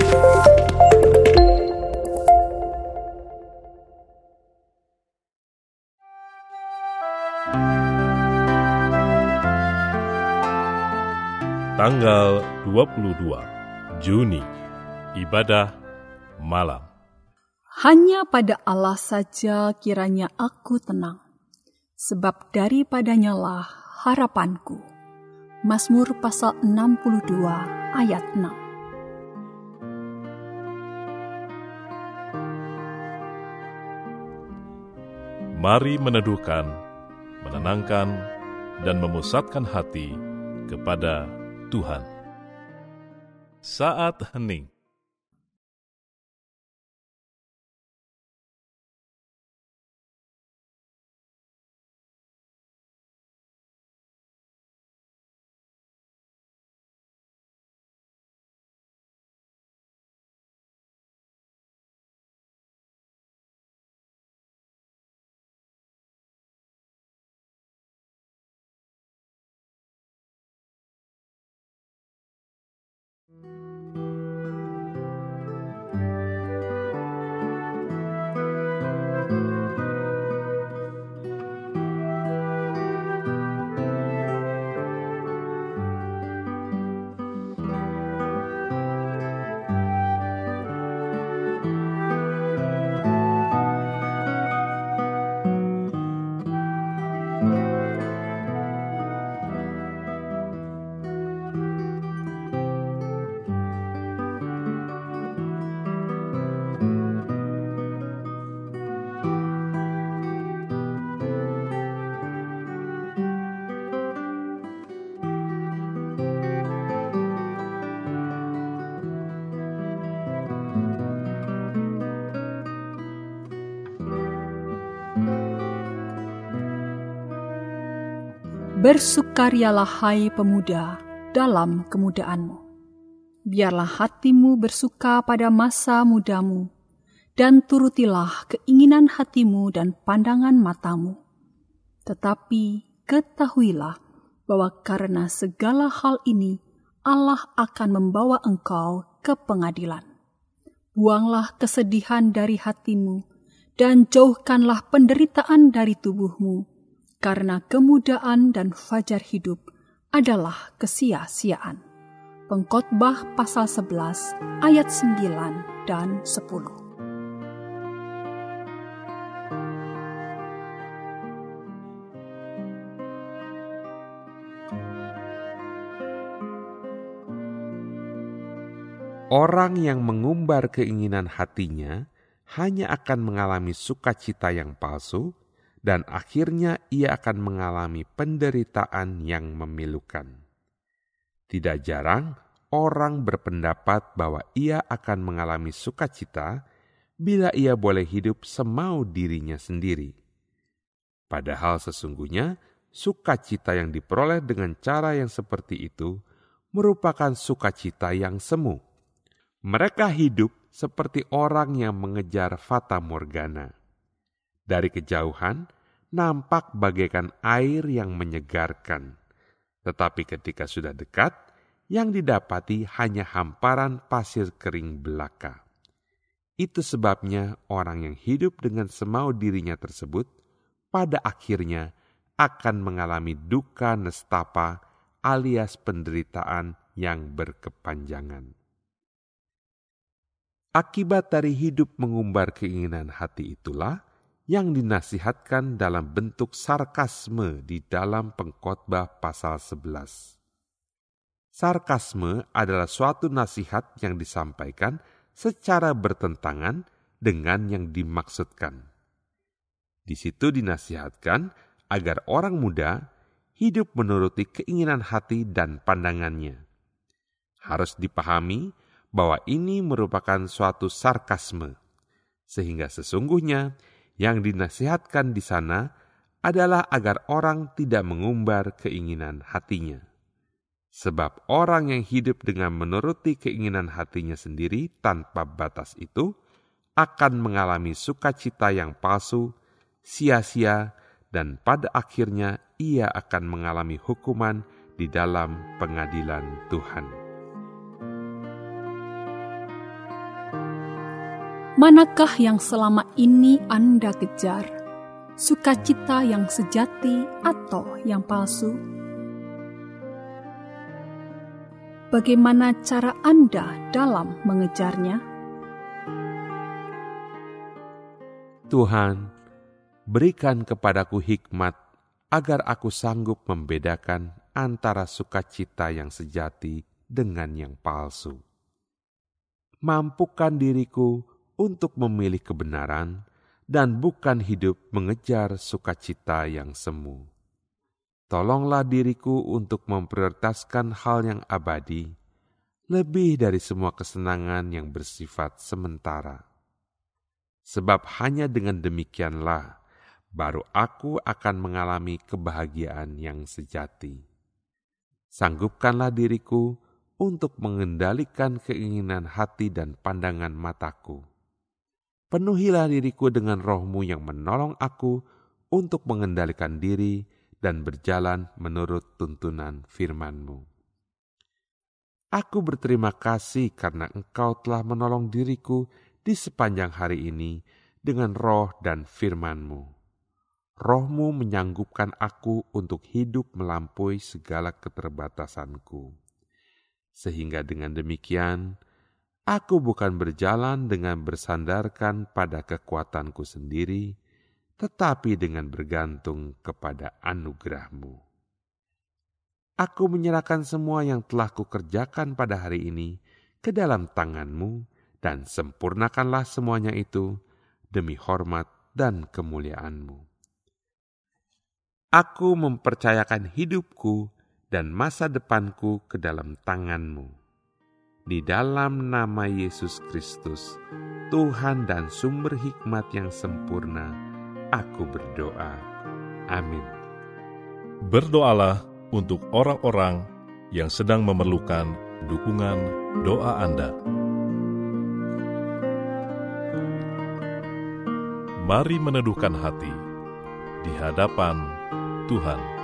Tanggal 22 Juni, ibadah malam. Hanya pada Allah saja kiranya aku tenang, sebab daripadanya lah harapanku. Mazmur pasal 62 ayat 6. Mari meneduhkan, menenangkan, dan memusatkan hati kepada Tuhan. Saat hening. Bersukarialah hai pemuda dalam kemudaanmu. Biarlah hatimu bersuka pada masa mudamu, dan turutilah keinginan hatimu dan pandangan matamu. Tetapi ketahuilah bahwa karena segala hal ini Allah akan membawa engkau ke pengadilan. Buanglah kesedihan dari hatimu, dan jauhkanlah penderitaan dari tubuhmu, karena kemudaan dan fajar hidup adalah kesia-siaan. Pengkhotbah pasal 11 ayat 9 dan 10. Orang yang mengumbar keinginan hatinya hanya akan mengalami sukacita yang palsu, dan akhirnya ia akan mengalami penderitaan yang memilukan. Tidak jarang orang berpendapat bahwa ia akan mengalami sukacita bila ia boleh hidup semau dirinya sendiri. Padahal sesungguhnya sukacita yang diperoleh dengan cara yang seperti itu merupakan sukacita yang semu. Mereka hidup seperti orang yang mengejar fata morgana. Dari kejauhan, nampak bagaikan air yang menyegarkan. Tetapi ketika sudah dekat, yang didapati hanya hamparan pasir kering belaka. Itu sebabnya orang yang hidup dengan semau dirinya tersebut, pada akhirnya akan mengalami duka nestapa alias penderitaan yang berkepanjangan. Akibat dari hidup mengumbar keinginan hati itulah yang dinasihatkan dalam bentuk sarkasme di dalam Pengkhotbah pasal 11. Sarkasme adalah suatu nasihat yang disampaikan secara bertentangan dengan yang dimaksudkan. Di situ dinasihatkan agar orang muda hidup menuruti keinginan hati dan pandangannya. Harus dipahami bahwa ini merupakan suatu sarkasme, sehingga sesungguhnya yang dinasihatkan di sana adalah agar orang tidak mengumbar keinginan hatinya. Sebab orang yang hidup dengan menuruti keinginan hatinya sendiri tanpa batas itu akan mengalami sukacita yang palsu, sia-sia, dan pada akhirnya ia akan mengalami hukuman di dalam pengadilan Tuhan. Manakah yang selama ini Anda kejar? Sukacita yang sejati atau yang palsu? Bagaimana cara Anda dalam mengejarnya? Tuhan, berikan kepadaku hikmat agar aku sanggup membedakan antara sukacita yang sejati dengan yang palsu. Mampukan diriku untuk memilih kebenaran dan bukan hidup mengejar sukacita yang semu. Tolonglah diriku untuk memprioritaskan hal yang abadi, lebih dari semua kesenangan yang bersifat sementara. Sebab hanya dengan demikianlah, baru aku akan mengalami kebahagiaan yang sejati. Sanggupkanlah diriku untuk mengendalikan keinginan hati dan pandangan mataku. Penuhilah diriku dengan roh-Mu yang menolong aku untuk mengendalikan diri dan berjalan menurut tuntunan firman-Mu. Aku berterima kasih karena Engkau telah menolong diriku di sepanjang hari ini dengan roh dan firman-Mu. Roh-Mu menyanggupkan aku untuk hidup melampaui segala keterbatasanku. Sehingga dengan demikian, aku bukan berjalan dengan bersandarkan pada kekuatanku sendiri, tetapi dengan bergantung kepada anugerah-Mu. Aku menyerahkan semua yang telah kukerjakan pada hari ini ke dalam tangan-Mu, dan sempurnakanlah semuanya itu demi hormat dan kemuliaan-Mu. Aku mempercayakan hidupku dan masa depanku ke dalam tangan-Mu. Di dalam nama Yesus Kristus, Tuhan dan sumber hikmat yang sempurna, aku berdoa. Amin. Berdoalah untuk orang-orang yang sedang memerlukan dukungan doa Anda. Mari meneduhkan hati di hadapan Tuhan.